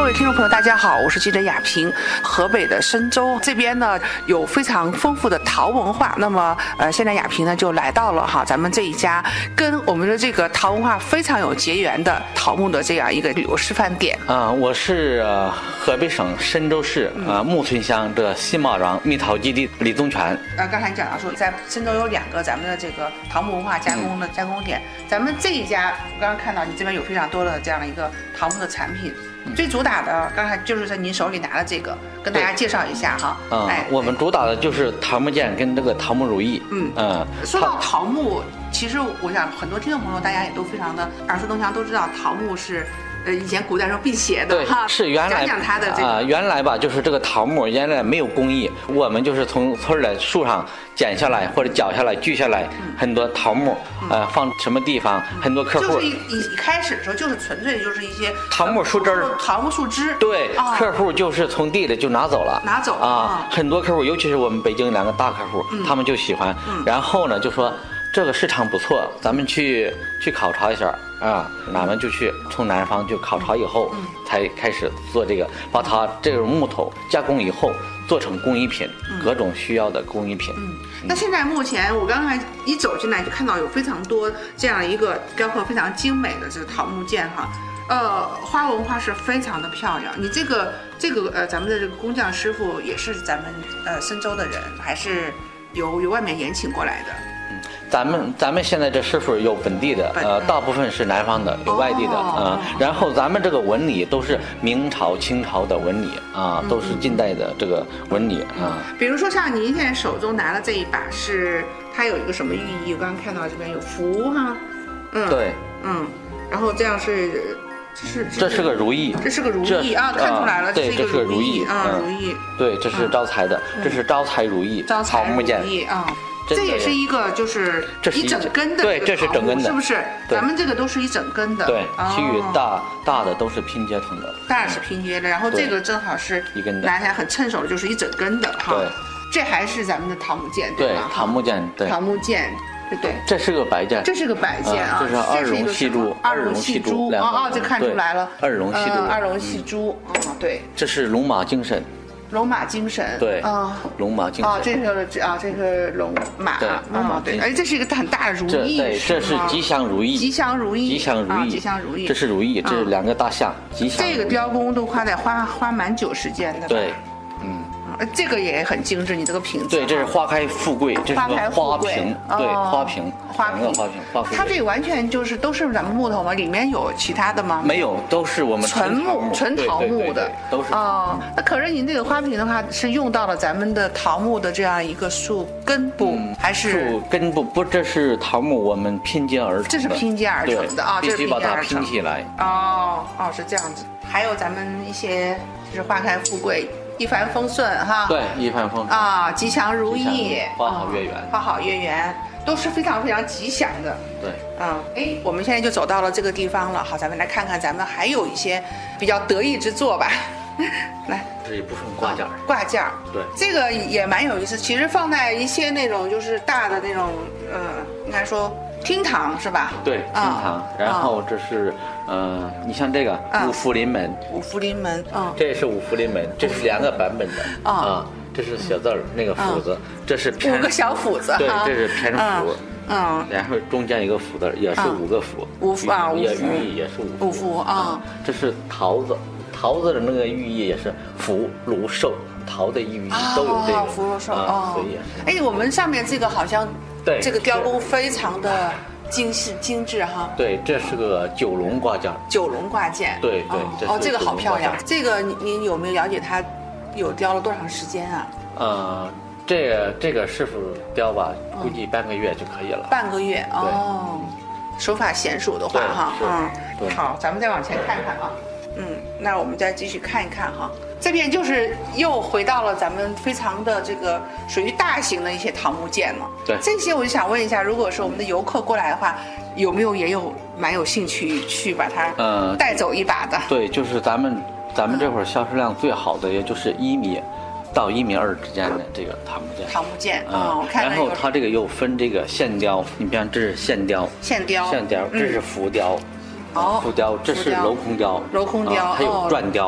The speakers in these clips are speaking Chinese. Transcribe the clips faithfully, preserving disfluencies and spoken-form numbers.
位听众朋友，大家好，我是记者雅萍。河北的深州这边呢，有非常丰富的陶文化。那么，呃，现在雅萍呢就来到了哈咱们这一家跟我们的这个陶文化非常有结缘的陶木的这样一个旅游示范点。 啊、呃，我是、呃、河北省深州市啊、呃、木村乡的西马庄密陶基地李宗全。 呃，刚才讲到说，在深州有两个咱们的这个陶木文化加工的加工点，咱们这一家，我刚刚看到你这边有非常多的这样的一个陶木的产品。最主打的，刚才就是在您手里拿的这个，跟大家介绍一下哈。 嗯，哎、我们主打的就是桃木剑跟这个桃木如意。嗯嗯， 说到桃木，其实我想很多听众朋友大家也都非常的耳熟能详，都知道桃木是。呃，以前古代时候辟邪的哈， 是原来讲讲它的这个啊、呃，原来吧，就是这个桃木原来没有工艺，我们就是从村的树上剪下来或者绞下来锯下来、嗯、很多桃木，嗯、呃，放什么地方，嗯、很多客户就是一一开始的时候就是纯粹就是一些桃木树枝儿， 桃木树枝， 对，哦、客户就是从地里就拿走了， 拿走了啊、嗯，很多客户，尤其是我们北京两个大客户，嗯、他们就喜欢，嗯、然后呢就说。这个市场不错，咱们去去考察一下啊，俺们就去从南方就考察以后，嗯、才开始做这个，把它这种木头加工以后做成工艺品，嗯、各种需要的工艺品。 嗯，那现在目前我刚才一走进来就看到有非常多这样一个雕刻非常精美的这个桃木剑哈，呃，花纹花是非常的漂亮。你这个这个呃，咱们的这个工匠师傅也是咱们呃深州的人，还是由由外面延请过来的？ 咱们咱们现在这师傅有本地的，呃，大部分是南方的，有外地的啊、哦呃。然后咱们这个纹理都是明朝、清朝的纹理啊、呃，都是近代的这个纹理啊、呃。 比如说像您现在手中拿的这一把是，它有一个什么寓意？我刚刚看到这边有福哈， 嗯，对， 嗯，然后这样是。是， 这是个如意， 这是个如意啊，看出来了， 对，这是个如意啊，如意， 对，这是招财的，这是招财如意， 招财如意啊，这也是一个就是一整根的， 对，这是整根的， 是不是？咱们这个都是一整根的， 对，其余大大的都是拼接成的， 大是拼接的，然后这个正好是一根的， 拿起来很趁手的，就是一整根的哈， 对， 这还是咱们的桃木剑， 对吧？ 桃木剑，对， 桃木剑。对对， 这是个白剑， 这是个白剑啊， 这是二龙戏珠， 二龙戏珠，哦哦，这看出来了， 二龙戏珠， 二龙戏珠，啊对， 这是龙马精神， 龙马精神， 对啊，龙马精神， 啊这是啊这是龙马， 对，龙马对，哎这是一个很大的如意， 对，这是吉祥如意， 吉祥如意， 吉祥如意， 吉祥如意， 这是如意，这是两个大象，吉祥。 这个雕工都花在花花蛮久时间的， 对，嗯。 这个也很精致，你这个瓶子。 对，这是花开富贵，这是个花瓶，对，花瓶， 花瓶， 花瓶，花瓶。 它这个完全就是都是咱们木头吗？里面有其他的吗？ 没有，都是我们纯木、纯桃木的， 都是。 哦，那可是您这个花瓶的话，是用到了咱们的桃木的这样一个树根部，还是？ 树根部不，这是桃木，我们拼接而成的。 这是拼接而成的啊， 必须把它拼起来。 哦哦，是这样子。还有咱们一些就是花开富贵。一帆风顺哈， 对，一帆风顺啊，吉祥如意， 花好月圆， 花好月圆，都是非常非常吉祥的。 对， 嗯，哎，我们现在就走到了这个地方了，好，咱们来看看咱们还有一些比较得意之作吧。来， 这一部分挂件， 挂件， 对， 这个也蛮有意思。其实放在一些那种就是大的那种，呃，应该说。厅堂是吧？ 对，厅堂。然后这是，呃，你像这个五福临门， 五福临门，嗯， 这也是五福临门，这是两个版本的啊。这是写字儿那个斧子，这是五个小斧子， 对，这是偏斧， 嗯， 然后中间一个斧子也是五个斧， 五福啊， 也寓意也是五五福啊。 这是桃子，桃子的那个寓意也是福禄寿，桃的寓意都有这个福禄寿啊， 所以也是。 哎，我们上面这个好像。 对， 这个雕工非常的精细精致哈。 对，这是个九龙挂件。 九龙挂件。 对对，这哦，这个好漂亮。这个您您有没有了解它有雕了多长时间啊？ 呃，这个这个师傅雕吧，估计半个月就可以了。 半个月哦，手法娴熟的话哈，嗯，好，咱们再往前看看啊。嗯，那我们再继续看一看哈。这边就是又回到了咱们非常的这个属于大型的一些桃木剑了。 对， 这些我就想问一下，如果是我们的游客过来的话，有没有也有蛮有兴趣去把它呃带走一把的？ 对，就是咱们咱们这会儿销售量最好的，也就是一米到一米二之间的这个桃木剑。 桃木剑啊，我看。 然后它这个又分这个线雕，你比方这是线雕， 线雕， 线雕，这是浮雕。 哦， 浮雕，这是镂空雕， 镂空雕， 还有转雕。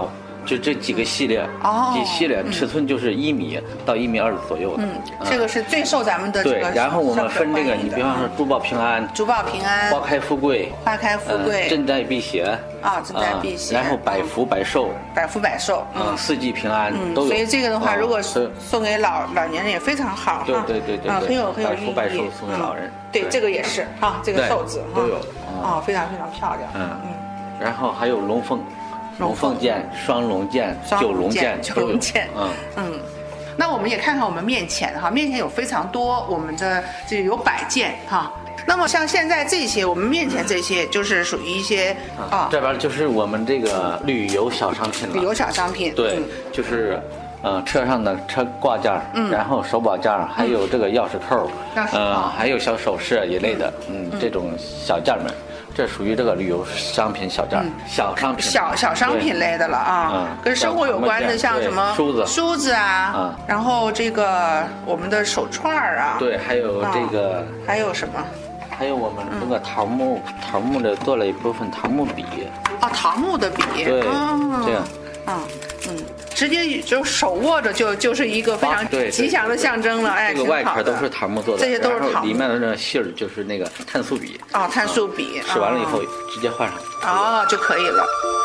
就这几个系列， 哦几系列尺寸就是一米到一米二左右的。 嗯，这个是最受咱们的这对个。， 然后我们分这个， 欢迎的你比方说珠宝平安、 珠宝平安、 花开富贵、 花开富嗯贵、 镇宅辟邪啊镇宅辟邪然后百福百寿， 百福百寿， 嗯，四季平安嗯， 都有。 所以这个的话， 嗯如果是送给老老年人也非常好哈。 对对对对啊， 对很有很有百福百寿寓意送给老人嗯对， 对这个也是啊，这个对寿字都有啊，非常非常漂亮。 嗯，然后还有龙凤、龙凤剑、双龙剑、 双九龙剑九都有龙剑， 嗯。 嗯。那我们也看看我们面前哈，面前有非常多我们的这个有摆件哈。那么像现在这些，我们面前这些就是属于一些啊这边就是我们这个旅游小商品了。 旅游小商品。 对， 嗯就是，呃，车上的车挂件儿， 嗯然后手宝件儿，还有这个钥匙扣儿， 钥匙扣呃，还有小首饰一类的，嗯，这种小件儿们，这属于这个旅游商品小件儿，小商品， 小小商品类的了啊， 嗯跟生活有关的， 小像什么梳子梳子啊， 嗯然后这个我们的手串儿啊， 对，还有这个， 还有什么？ 还有我们这个桃木，桃木的做了一部分桃木笔， 哦，桃木的笔， 对哦这样， 嗯嗯，直接就手握着就就是一个非常对对吉祥的象征了，哎， 这个挺好的外壳都是桃木做的， 这些都是桃木然后里面的那个芯儿就是那个碳素笔， 哦，碳素笔， 使完了以后哦直接换上。 哦就可以了。